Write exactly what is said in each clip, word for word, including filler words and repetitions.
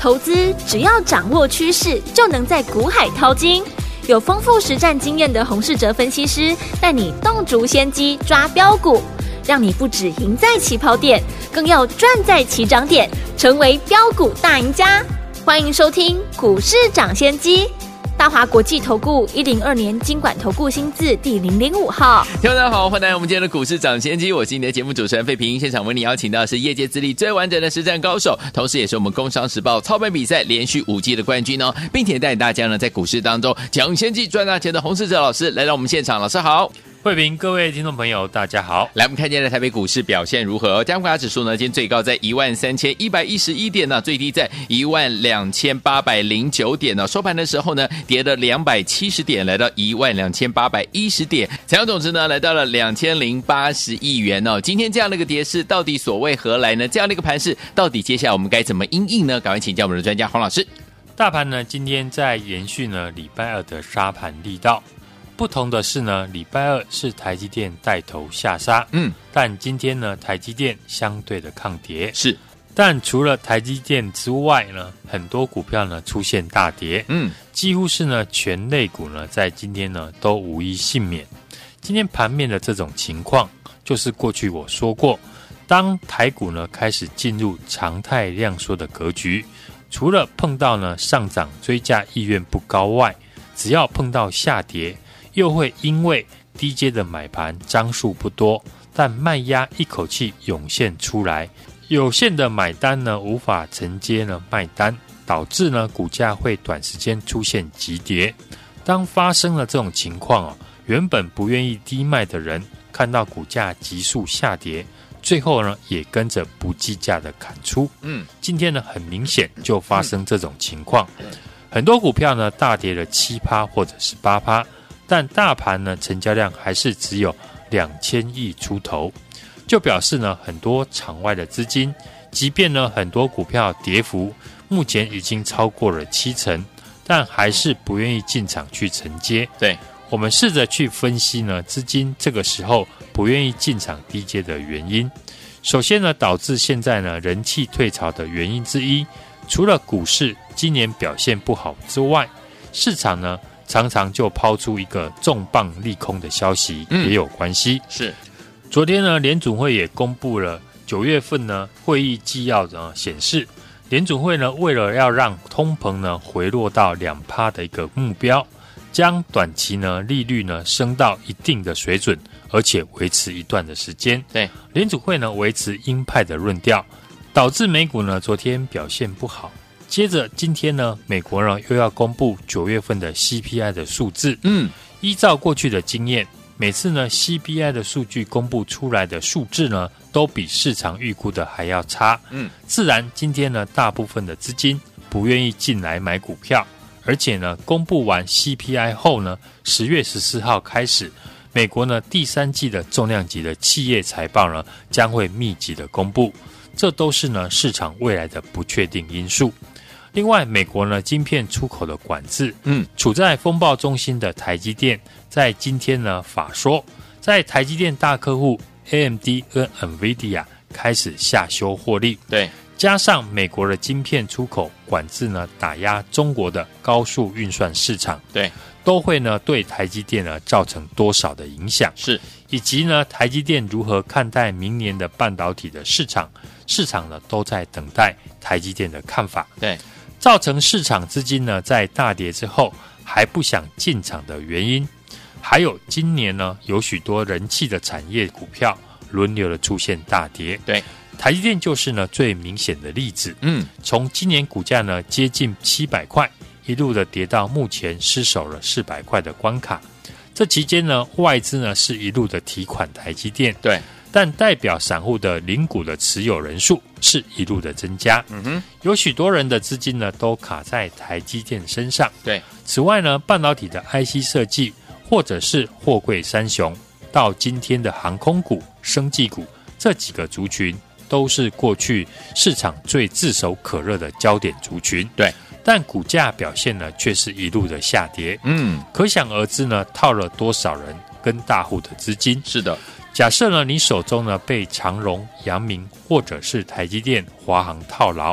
投资只要掌握趋势，就能在股海淘金。有丰富实战经验的洪士哲分析师带你洞烛先机抓标股，让你不只赢在起跑点，更要赚在起涨点，成为标股大赢家。欢迎收听股市涨先机，大华国际投顾一零二年金管投顾新字第零零五号。 听众大家好，欢迎来到我们今天的股市涨先机，我是你的节目主持人费平。现场为你邀请到的是业界资历最完整的实战高手，同时也是我们工商时报操盘比赛连续五季的冠军哦，并且带领大家呢在股市当中抢先机赚大钱的洪士哲老师来到我们现场。老师好。 慧平，各位听众朋友大家好。 来，我们看今天的台北股市表现如何？加权指数呢，今天最高在一万三千一百一十一点呢，最低在一万两千八百零九点呢，收盘的时候呢跌了两百七十点，来到一万两千八百一十点，成交总值呢来到了两千零八十亿元哦。今天这样的一个跌势到底所谓何来呢？这样的一个盘势到底接下来我们该怎么因应呢？赶快请教我们的专家黄老师。 大盘呢今天在延续呢礼拜二的杀盘力道。不同的是呢，礼拜二是台积电带头下杀，嗯，但今天呢，台积电相对的抗跌， 是。 但除了台积电之外呢，很多股票呢出现大跌，嗯，几乎是呢全类股呢在今天呢都无一幸免。今天盘面的这种情况，就是过去我说过，当台股呢开始进入常态量缩的格局，除了碰到呢上涨追价意愿不高外，只要碰到下跌。又会因为低阶的买盘张数不多，但卖压一口气涌现出来，有限的买单呢无法承接呢卖单，导致呢股价会短时间出现急跌。当发生了这种情况哦，原本不愿意低卖的人看到股价急速下跌，最后呢也跟着不计价的砍出。嗯，今天呢很明显就发生这种情况，很多股票呢大跌了 百分之七 或者是 百分之八。但大盘呢成交量还是只有两千亿出头，就表示呢很多场外的资金，即便呢很多股票跌幅目前已经超过了七成，但还是不愿意进场去承接。 对， 我们试着去分析呢资金这个时候不愿意进场低接的原因。首先呢导致现在呢人气退潮的原因之一，除了股市今年表现不好之外，市场呢常常就抛出一个重磅利空的消息，嗯、也有关系。是，昨天呢，联准会也公布了九月份呢会议纪要呢显示，联准会呢为了要让通膨呢回落到 百分之二 的一个目标，将短期呢利率呢升到一定的水准，而且维持一段的时间。对，联准会呢维持鹰派的论调，导致美股呢昨天表现不好。接着今天呢，美国呢又要公布九月份的 C P I 的数字。嗯，依照过去的经验，每次呢 C P I 的数据公布出来的数字呢，都比市场预估的还要差。嗯，自然今天呢，大部分的资金不愿意进来买股票，而且呢，公布完 C P I 后呢，十月十四号开始，美国呢第三季的重量级的企业财报呢将会密集的公布，这都是呢市场未来的不确定因素。另外，美国呢晶片出口的管制，嗯，处在风暴中心的台积电，在今天呢法说，在台积电大客户 A M D 跟 NVIDIA 开始下修获利，对，加上美国的晶片出口管制呢打压中国的高速运算市场，对，都会呢对台积电呢造成多少的影响，是，以及呢台积电如何看待明年的半导体的市场，市场呢都在等待台积电的看法，对。造成市场资金呢在大跌之后还不想进场的原因，还有今年呢有许多人气的产业股票轮流的出现大跌，对，台积电就是呢最明显的例子。嗯，从今年股价呢接近七百块，一路的跌到目前失守了四百块的关卡。这期间呢，外资呢是一路的提款台积电，对。但代表散户的零股的持有人数是一路的增加，嗯哼，有许多人的资金呢都卡在台积电身上。对，此外呢，半导体的 I C 设计或者是货柜三雄，到今天的航空股、生技股这几个族群，都是过去市场最炙手可热的焦点族群。对，但股价表现呢却是一路的下跌。嗯，可想而知呢，套了多少人跟大户的资金。是的。假设呢，你手中呢被长荣、阳明或者是台积电、华航套牢，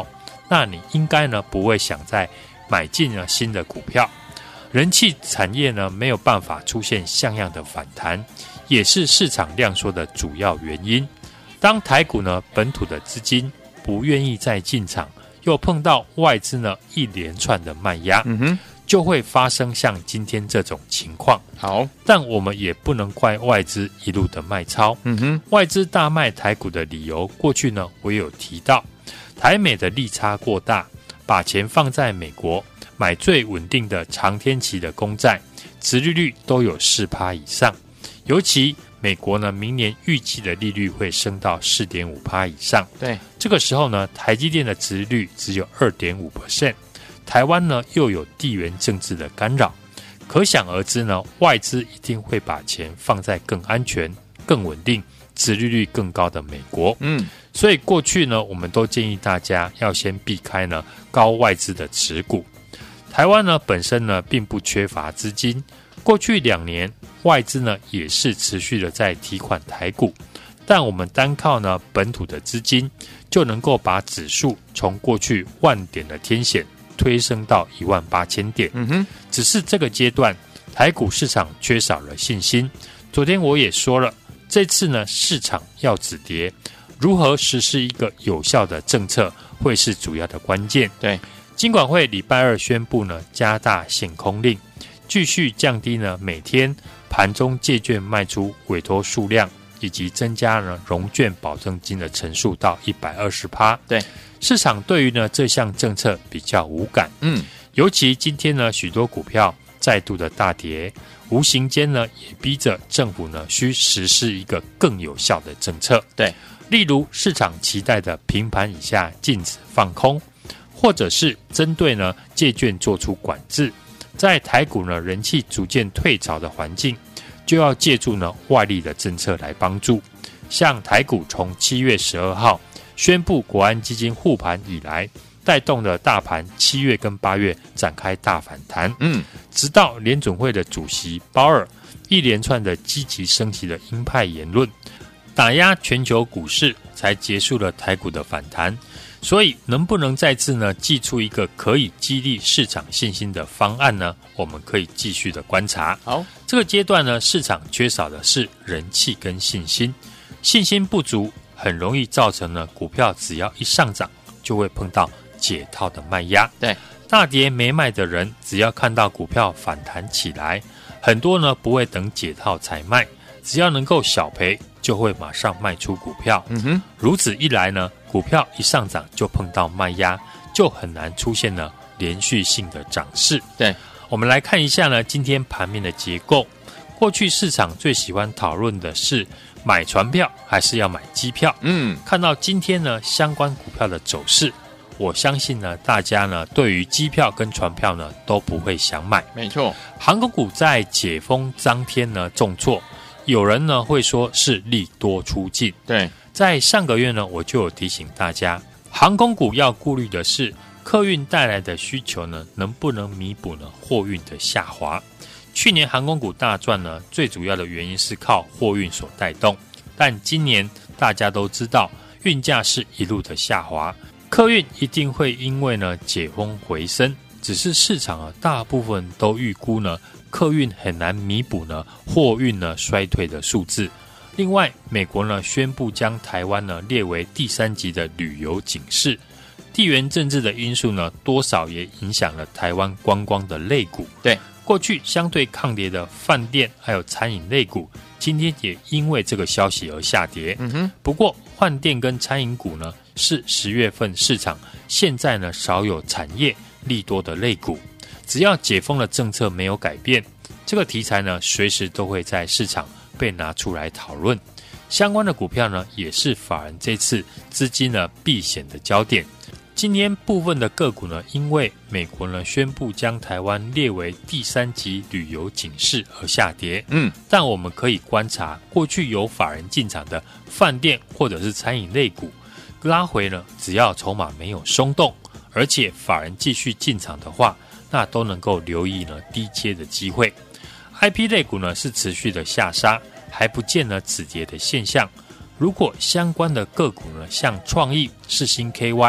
那你应该呢不会想再买进呢新的股票。人气产业呢没有办法出现像样的反弹，也是市场量缩的主要原因。当台股呢本土的资金不愿意再进场，又碰到外资呢一连串的卖压， 嗯哼， 就会发生像今天这种情况。 好， 但我们也不能怪外资一路的卖超。 嗯哼， 外资大卖台股的理由，过去呢我有提到，台美的利差过大，把钱放在美国买最稳定的长天期的公债，殖利率都有 百分之四 以上，尤其美国呢明年预计的利率会升到 百分之四点五 以上。 对， 这个时候呢台积电的殖利率只有 百分之二点五， 台湾呢又有地缘政治的干扰，可想而知呢，外资一定会把钱放在更安全、更稳定、殖利率更高的美国。 嗯， 所以过去呢，我们都建议大家要先避开呢高外资的持股。台湾呢本身呢并不缺乏资金，过去两年外资呢也是持续的在提款台股，但我们单靠呢本土的资金就能够把指数从过去万点的天险推升到一万八千点。 嗯哼， 只是这个阶段台股市场缺少了信心。昨天我也说了，这次呢市场要止跌，如何实施一个有效的政策会是主要的关键。 对， 金管会礼拜二宣布呢加大限空令，继续降低呢每天盘中借券卖出委托数量，以及增加呢融券保证金的成数到 百分之一百二十。 对， 市场对于呢这项政策比较无感。 嗯， 尤其今天呢许多股票再度的大跌，无形间呢也逼着政府呢需实施一个更有效的政策。 对， 例如市场期待的平盘以下禁止放空，或者是针对呢借券做出管制。在台股呢人气逐渐退潮的环境，就要借助呢外力的政策来帮助。像台股从七月十二号宣布国安基金护盘以来，带动了大盘七月跟八月展开大反弹。 嗯， 直到联准会的主席鲍尔一连串的积极升息的鹰派言论，打压全球股市，才结束了台股的反弹。所以能不能再次呢祭出一个可以激励市场信心的方案呢？我们可以继续的观察。 好， 这个阶段呢，市场缺少的是人气跟信心，信心不足很容易造成呢股票只要一上涨就会碰到解套的卖压。 对， 大跌没卖的人，只要看到股票反弹起来，很多呢不会等解套才卖，只要能够小赔就会马上卖出股票。 嗯哼， 如此一来呢，股票一上涨就碰到卖压，就很难出现了连续性的涨势。 对， 我们来看一下呢今天盘面的结构。过去市场最喜欢讨论的是买船票还是要买机票。 嗯， 看到今天呢相关股票的走势，我相信呢大家呢对于机票跟船票呢都不会想买。 没错， 航空股在解封当天呢重挫，有人呢会说是利多出尽。 对， 在上个月呢我就有提醒大家，航空股要顾虑的是客运带来的需求呢能不能弥补呢货运的下滑。去年航空股大赚呢，最主要的原因是靠货运所带动，但今年大家都知道运价是一路的下滑，客运一定会因为呢解封回升，只是市场啊大部分都预估呢客运很难弥补呢货运呢衰退的数字。另外，美国呢宣布将台湾呢列为第三级的旅游警示，地缘政治的因素呢多少也影响了台湾观光的类股。 对， 过去相对抗跌的饭店还有餐饮类股，今天也因为这个消息而下跌。 嗯哼， 不过饭店跟餐饮股呢是十月份市场现在呢少有产业利多的类股，只要解封的政策没有改变，这个题材呢随时都会在市场被拿出来讨论。相关的股票呢也是法人这次资金呢避险的焦点。今天部分的个股呢，因为美国呢宣布将台湾列为第三级旅游警示而下跌。 嗯， 但我们可以观察，过去有法人进场的饭店或者是餐饮类股拉回呢，只要筹码没有松动，而且法人继续进场的话，那都能够留意呢低阶的机会。I P 类股呢是持续的下杀，还不见了止跌的现象。如果相关的个股呢，像创意、世新 K Y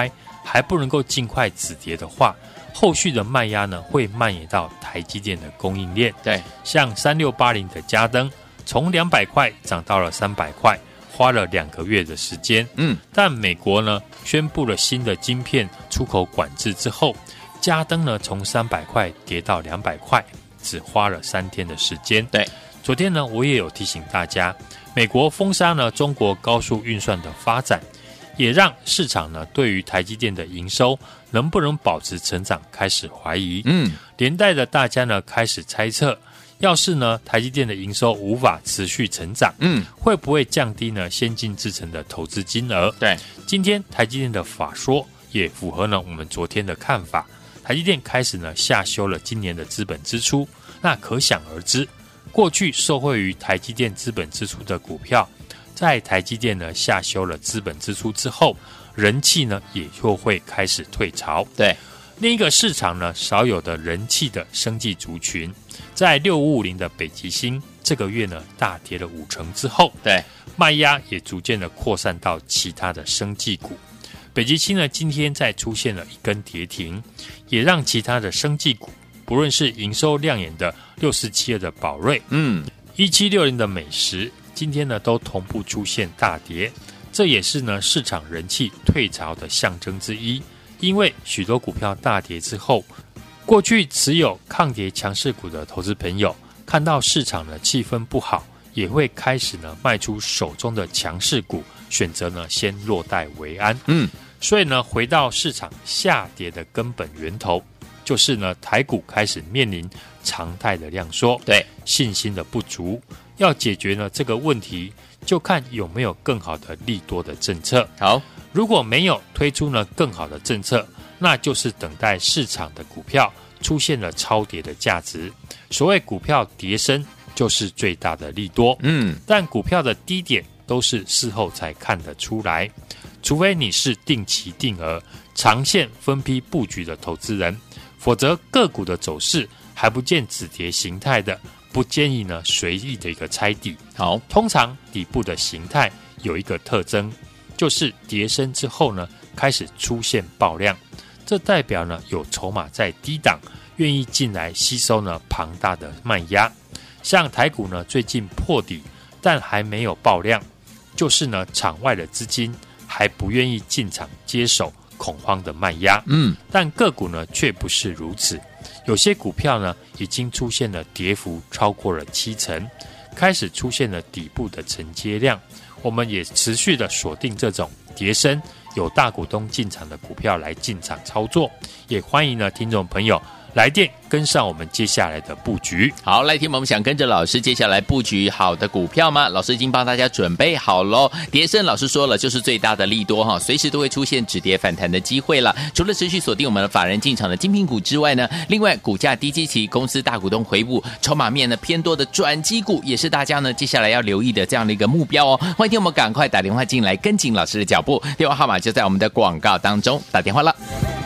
还不能够尽快止跌的话，后续的卖压呢会蔓延到台积电的供应链。 对， 像三六八零的嘉登，从两百块涨到了三百块，花了两个月的时间。嗯，但美国呢宣布了新的晶片出口管制之后，嘉登呢从三百块跌到两百块，只花了三天的时间。 对， 昨天呢我也有提醒大家，美国封杀呢中国高速运算的发展，也让市场呢对于台积电的营收能不能保持成长开始怀疑。嗯，连带的大家呢开始猜测，要是呢台积电的营收无法持续成长，嗯，会不会降低呢先进制程的投资金额？ 对， 今天台积电的法说也符合呢我们昨天的看法，台积电开始呢下修了今年的资本支出，那可想而知，过去受惠于台积电资本支出的股票，在台积电呢下修了资本支出之后，人气呢也就会开始退潮。 对， 另一个市场呢少有的人气的生技族群，在六五五零的北极星这个月呢大跌了五成之后， 对， 卖压也逐渐的扩散到其他的生技股。北极星呢今天再出现了一根跌停，也让其他的生技股，不论是营收亮眼的六四七二的宝瑞，嗯，一七六零的美食，今天呢都同步出现大跌，这也是呢市场人气退潮的象征之一。因为许多股票大跌之后，过去持有抗跌强势股的投资朋友，看到市场的气氛不好，也会开始呢卖出手中的强势股，选择呢先落袋为安。嗯，所以呢回到市场下跌的根本源头，就是呢台股开始面临常态的量缩， 对， 信心的不足。要解决呢这个问题，就看有没有更好的利多的政策。 好， 如果没有推出呢更好的政策，那就是等待市场的股票出现了超跌的价值。所谓股票跌升，就是最大的利多。嗯，但股票的低点都是事后才看得出来，除非你是定期定额、长线分批布局的投资人，否则个股的走势还不见止跌形态的，不建议呢随意的一个猜底。 好， 通常底部的形态有一个特征，就是跌升之后呢开始出现爆量，这代表呢有筹码在低档愿意进来吸收呢庞大的卖压。像台股呢最近破底，但还没有爆量，就是呢场外的资金还不愿意进场接手恐慌的卖压。嗯，但个股呢却不是如此，有些股票呢已经出现了跌幅超过了七成，开始出现了底部的承接量。我们也持续的锁定这种跌升有大股东进场的股票来进场操作，也欢迎呢听众朋友来电跟上我们接下来的布局。 好，来听我们想跟着老师接下来布局好的股票吗？老师已经帮大家准备好咯。跌升老师说了就是最大的利多哈，随时都会出现止跌反弹的机会了。除了持续锁定我们的法人进场的精品股之外呢，另外股价低基期、公司大股东回补、筹码面呢偏多的转机股，也是大家呢接下来要留意的这样的一个目标哦。欢迎听我们赶快打电话进来跟紧老师的脚步，电话号码就在我们的广告当中，打电话了。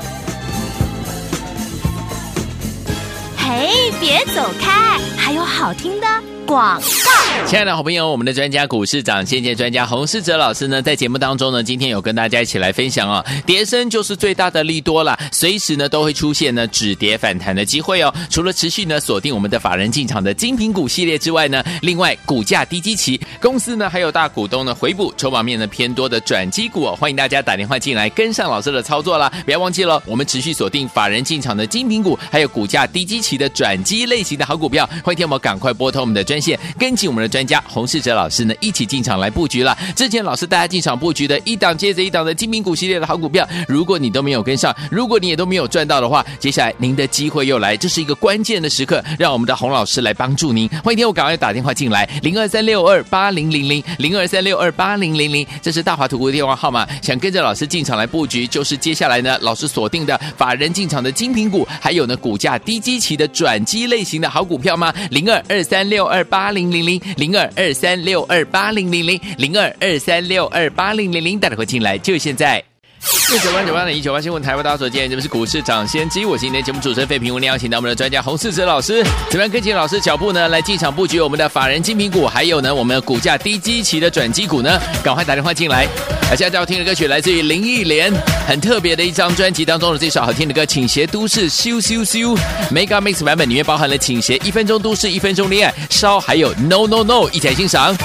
嘿，别走开，还有好听的广告。 亲爱的好朋友，我们的专家股市长现阶专家洪士哲老师呢，在节目当中呢，今天有跟大家一起来分享哦，跌升就是最大的利多啦，随时呢都会出现呢止跌反弹的机会哦。除了持续呢锁定我们的法人进场的精品股系列之外呢，另外股价低基期、公司呢还有大股东呢回补、筹码面呢偏多的转机股哦，欢迎大家打电话进来跟上老师的操作啦！不要忘记了，我们持续锁定法人进场的精品股，还有股价低基期的转机类型的好股票，欢迎听我们赶快拨通我们的专线，跟紧我们的专家洪士哲老师呢一起进场来布局了。之前老师带大家进场布局的一档接着一档的精品股系列的好股票，如果你都没有跟上，如果你也都没有赚到的话，接下来您的机会又来，这是一个关键的时刻，让我们的洪老师来帮助您。欢迎听我赶快打电话进来，零二三六二八零零零零二三六二八零零零，这是大华图股的电话号码。想跟着老师进场来布局，就是接下来呢老师锁定的法人进场的精品股，还有呢股价低基期的转机类型的好股票吗？零二二三六二八零零零零二二三六二八零零零零二二三六二八零零零，打电话进来就现在。六九八九八零一九八新闻台湾大家所见，这边是股市涨先机，我是今天节目主持人费平，我们邀请到我们的专家洪士哲老师，怎么样跟紧老师脚步呢？来进场布局我们的法人精品股，还有呢我们的股价低基期的转机股呢？赶快打电话进来， 而现在要听的歌曲来自于林忆莲，很特别的一张专辑当中的这首好听的歌《倾斜都市》咻咻咻 Mega Mix 版本里面包含了倾斜、一分钟都市、一分钟恋爱、烧还有 No No No， 一起来欣赏。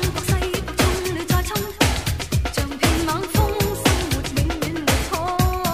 像片晚風，生活永遠離開。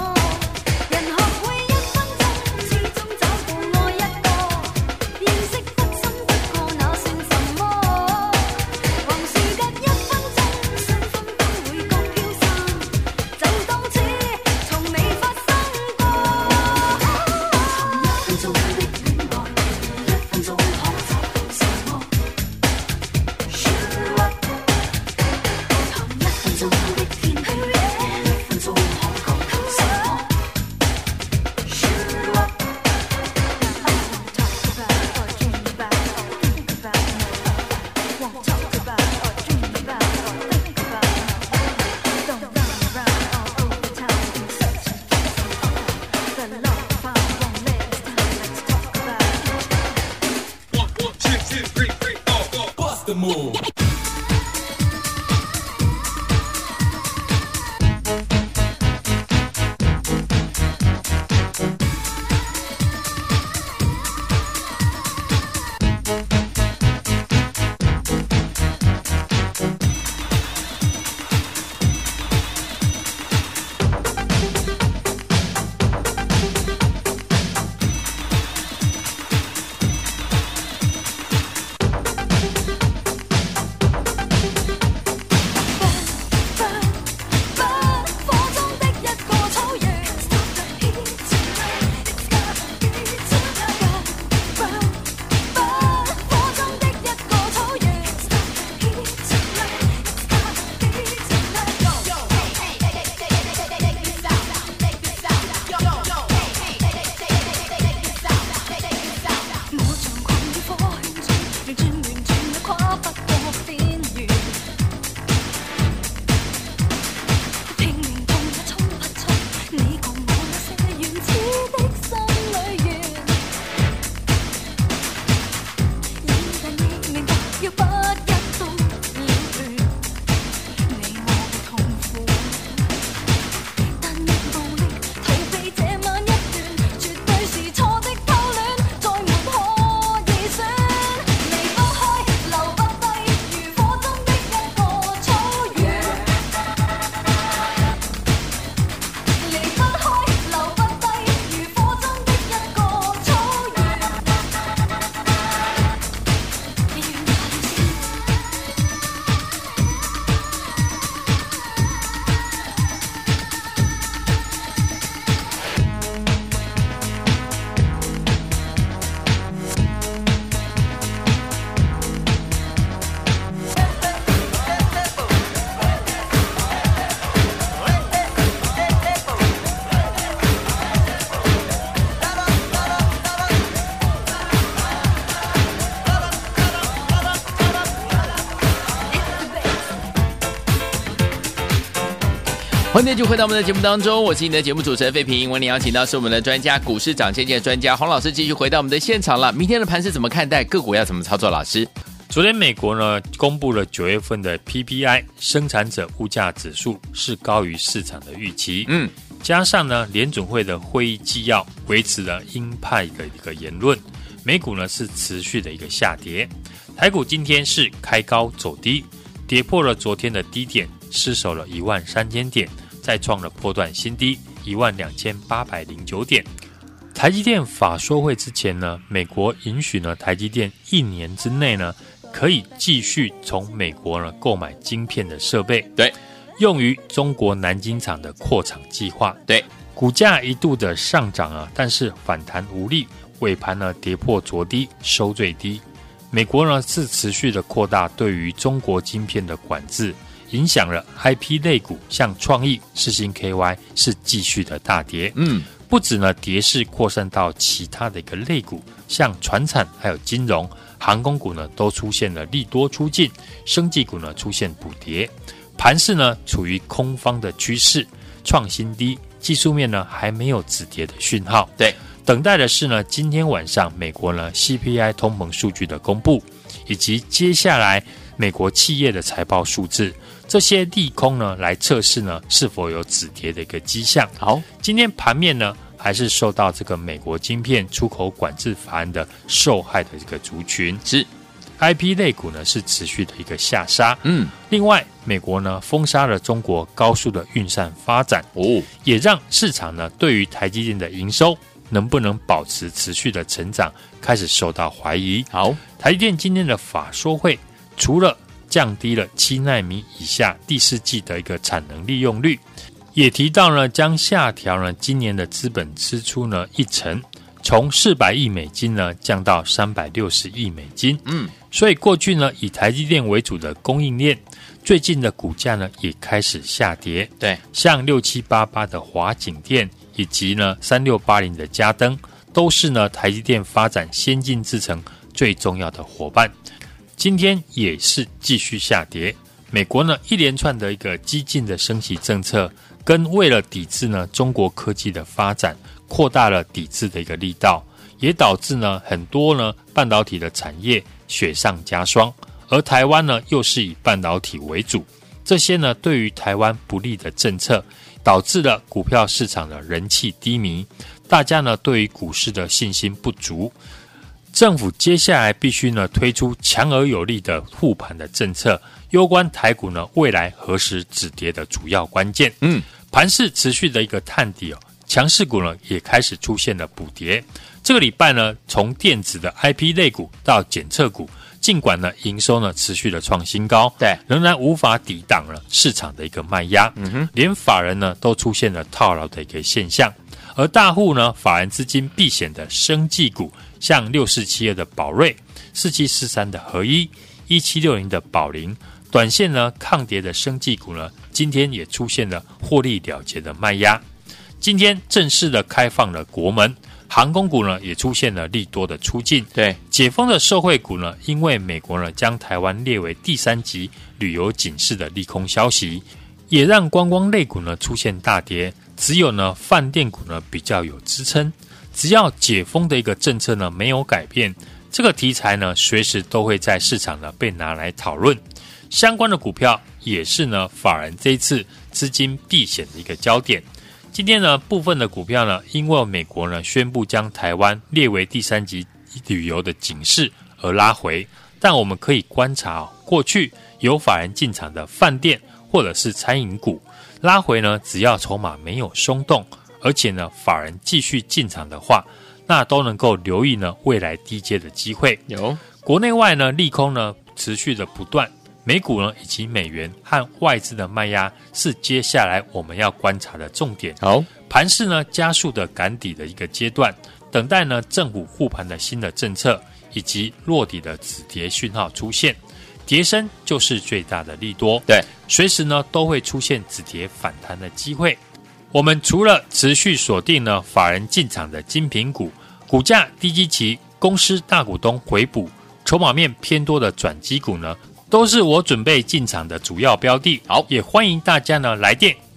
欢迎继续回到我们的节目当中，我是你的节目主持人费平。为您邀请到是我们的专家，股市涨跌的专家洪老师，继续回到我们的现场了。明天的盘是怎么看待？个股要怎么操作？老师， 昨天美国呢公布了九月份的 P P I 生产者物价指数是高于市场的预期，嗯，加上呢联准会的会议纪要维持了鹰派的一个言论，美股呢是持续的一个下跌。台股今天是开高走低，跌破了昨天的低点，失守了一万三千点，再创了波段新低一万两千八百零九点。台积电法说会之前呢，美国允许呢台积电一年之内呢可以继续从美国呢购买晶片的设备， 对， 用于中国南京厂的扩厂计划。 对， 股价一度的上涨啊，但是反弹无力，尾盘呢跌破昨低，收最低。美国呢是持续的扩大对于中国晶片的管制，影响了 I P 类股，像创意、世芯 K Y 是继续的大跌。嗯，不止呢跌势扩散到其他的一个类股，像传产还有金融、航空股呢都出现了利多出尽，生技股呢出现补跌，盘势呢处于空方的趋势，创新低，技术面呢还没有止跌的讯号。 对， 等待的是呢今天晚上美国呢 C P I 通膨数据的公布，以及接下来美国企业的财报数字，这些利空呢来测试呢是否有止跌的一个迹象。好，今天盘面呢还是受到这个美国晶片出口管制法案的受害的这个族群，是 I P 类股呢是持续的一个下杀。嗯，另外美国呢封杀了中国高速的运算发展，哦，也让市场呢对于台积电的营收能不能保持持续的成长开始受到怀疑。好，台积电今天的法说会除了降低了七奈米以下第四季的一个产能利用率，也提到呢将下调呢今年的资本支出呢一成，从四百亿美金呢降到三百六十亿美金。嗯，所以过去呢以台积电为主的供应链，最近的股价呢也开始下跌。对，像六七八八的华景电以及呢三六八零的嘉登，都是呢台积电发展先进制程最重要的伙伴。今天也是继续下跌。美国呢一连串的一个激进的升息政策，跟为了抵制呢中国科技的发展，扩大了抵制的一个力道，也导致呢很多呢半导体的产业雪上加霜。而台湾呢又是以半导体为主，这些呢对于台湾不利的政策，导致了股票市场的人气低迷，大家呢对于股市的信心不足。政府接下来必须呢推出强而有力的护盘的政策，攸关台股呢未来何时止跌的主要关键。嗯，盘势持续的一个探底哦，强势股呢也开始出现了补跌。这个礼拜呢，从电子的 I P 类股到检测股，尽管呢营收呢持续的创新高，对，仍然无法抵挡了市场的一个卖压。嗯哼，连法人呢都出现了套牢的一个现象。而大户呢法人资金避险的生技股，像六四七二的宝瑞、四七四三的合一、一七六零的宝林，短线呢抗跌的生技股呢，今天也出现了获利了结的卖压。今天正式的开放了国门，航空股呢也出现了利多的出尽。对，解封的受惠股呢，因为美国呢将台湾列为第三级旅游警示的利空消息，也让观光类股呢出现大跌。只有呢饭店股呢比较有支撑。只要解封的一个政策呢没有改变，这个题材呢随时都会在市场呢被拿来讨论。相关的股票也是呢法人这一次资金避险的一个焦点。今天呢部分的股票呢，因为美国呢宣布将台湾列为第三级旅游的警示而拉回，但我们可以观察、哦、过去有法人进场的饭店或者是餐饮股拉回呢，只要筹码没有松动，而且呢法人继续进场的话，那都能够留意呢未来低阶的机会。有国内外呢利空呢持续的不断，美股呢以及美元和外资的卖压是接下来我们要观察的重点。好，盘势呢加速的赶底的一个阶段，等待呢政府护盘的新的政策以及落底的止跌讯号出现。跌升就是最大的利多，对，随时呢都会出现止跌反弹的机会。我们除了持续锁定呢法人进场的精品股，股价低基期、公司大股东回补、筹码面偏多的转机股呢，都是我准备进场的主要标的。好，也欢迎大家呢来电跟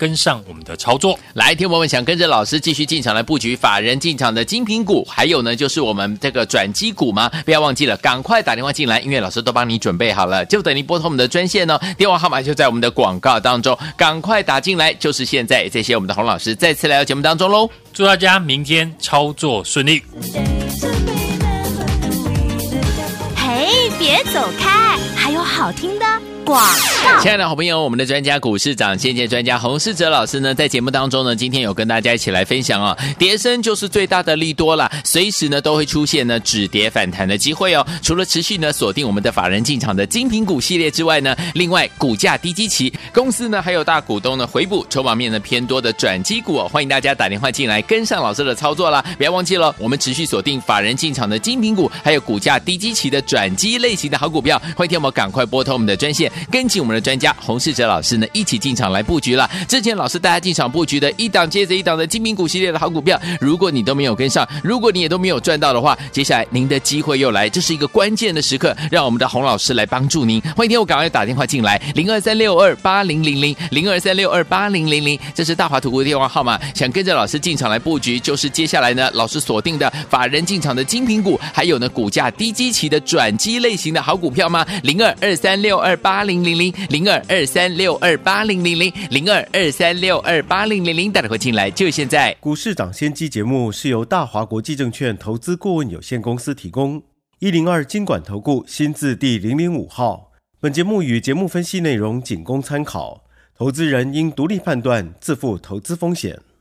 跟上我们的操作。 来，听我们想跟着老师继续进场来布局法人进场的精品股，还有呢就是我们这个转机股吗？不要忘记了，赶快打电话进来，因为老师都帮你准备好了，就等你拨通我们的专线哦。电话号码就在我们的广告当中，赶快打进来，就是现在。这些我们的洪老师再次来到节目当中喽， 祝大家明天操作顺利。 嘿，别走开，还有好听的广告。 亲爱的好朋友，我们的专家股市长现界专家洪士哲老师呢，在节目当中呢，今天有跟大家一起来分享哦，跌升就是最大的利多啦，随时呢都会出现呢止跌反弹的机会哦。除了持续呢锁定我们的法人进场的精品股系列之外呢，另外股价低基期，公司呢还有大股东呢回补筹码面呢偏多的转机股哦，欢迎大家打电话进来跟上老师的操作啦。不要忘记了，我们持续锁定法人进场的精品股，还有股价低基期的转机类型的好股票，欢迎听我们赶快拨通我们的专线，跟紧我们的专家洪士哲老师呢一起进场来布局了。之前老师带大家进场布局的一档接着一档的精品股系列的好股票，如果你都没有跟上，如果你也都没有赚到的话，接下来您的机会又来，这是一个关键的时刻，让我们的洪老师来帮助您。欢迎听我赶快打电话进来，零二三六二八零零零 零二三六二八零零零，这是大华图股的电话号码。想跟着老师进场来布局，就是接下来呢老师锁定的法人进场的精品股，还有呢股价低基期的转机类型的好股票吗？零二二三六二八零零零 零二二三六二八零零零 零二二三六二八零零零，打电话进来就现在。 股市涨先机节目是由大华国际证券投资顾问有限公司提供，一零二金管投顾新字第零零五号。本节目与节目分析内容仅供参考，投资人应独立判断，自负投资风险。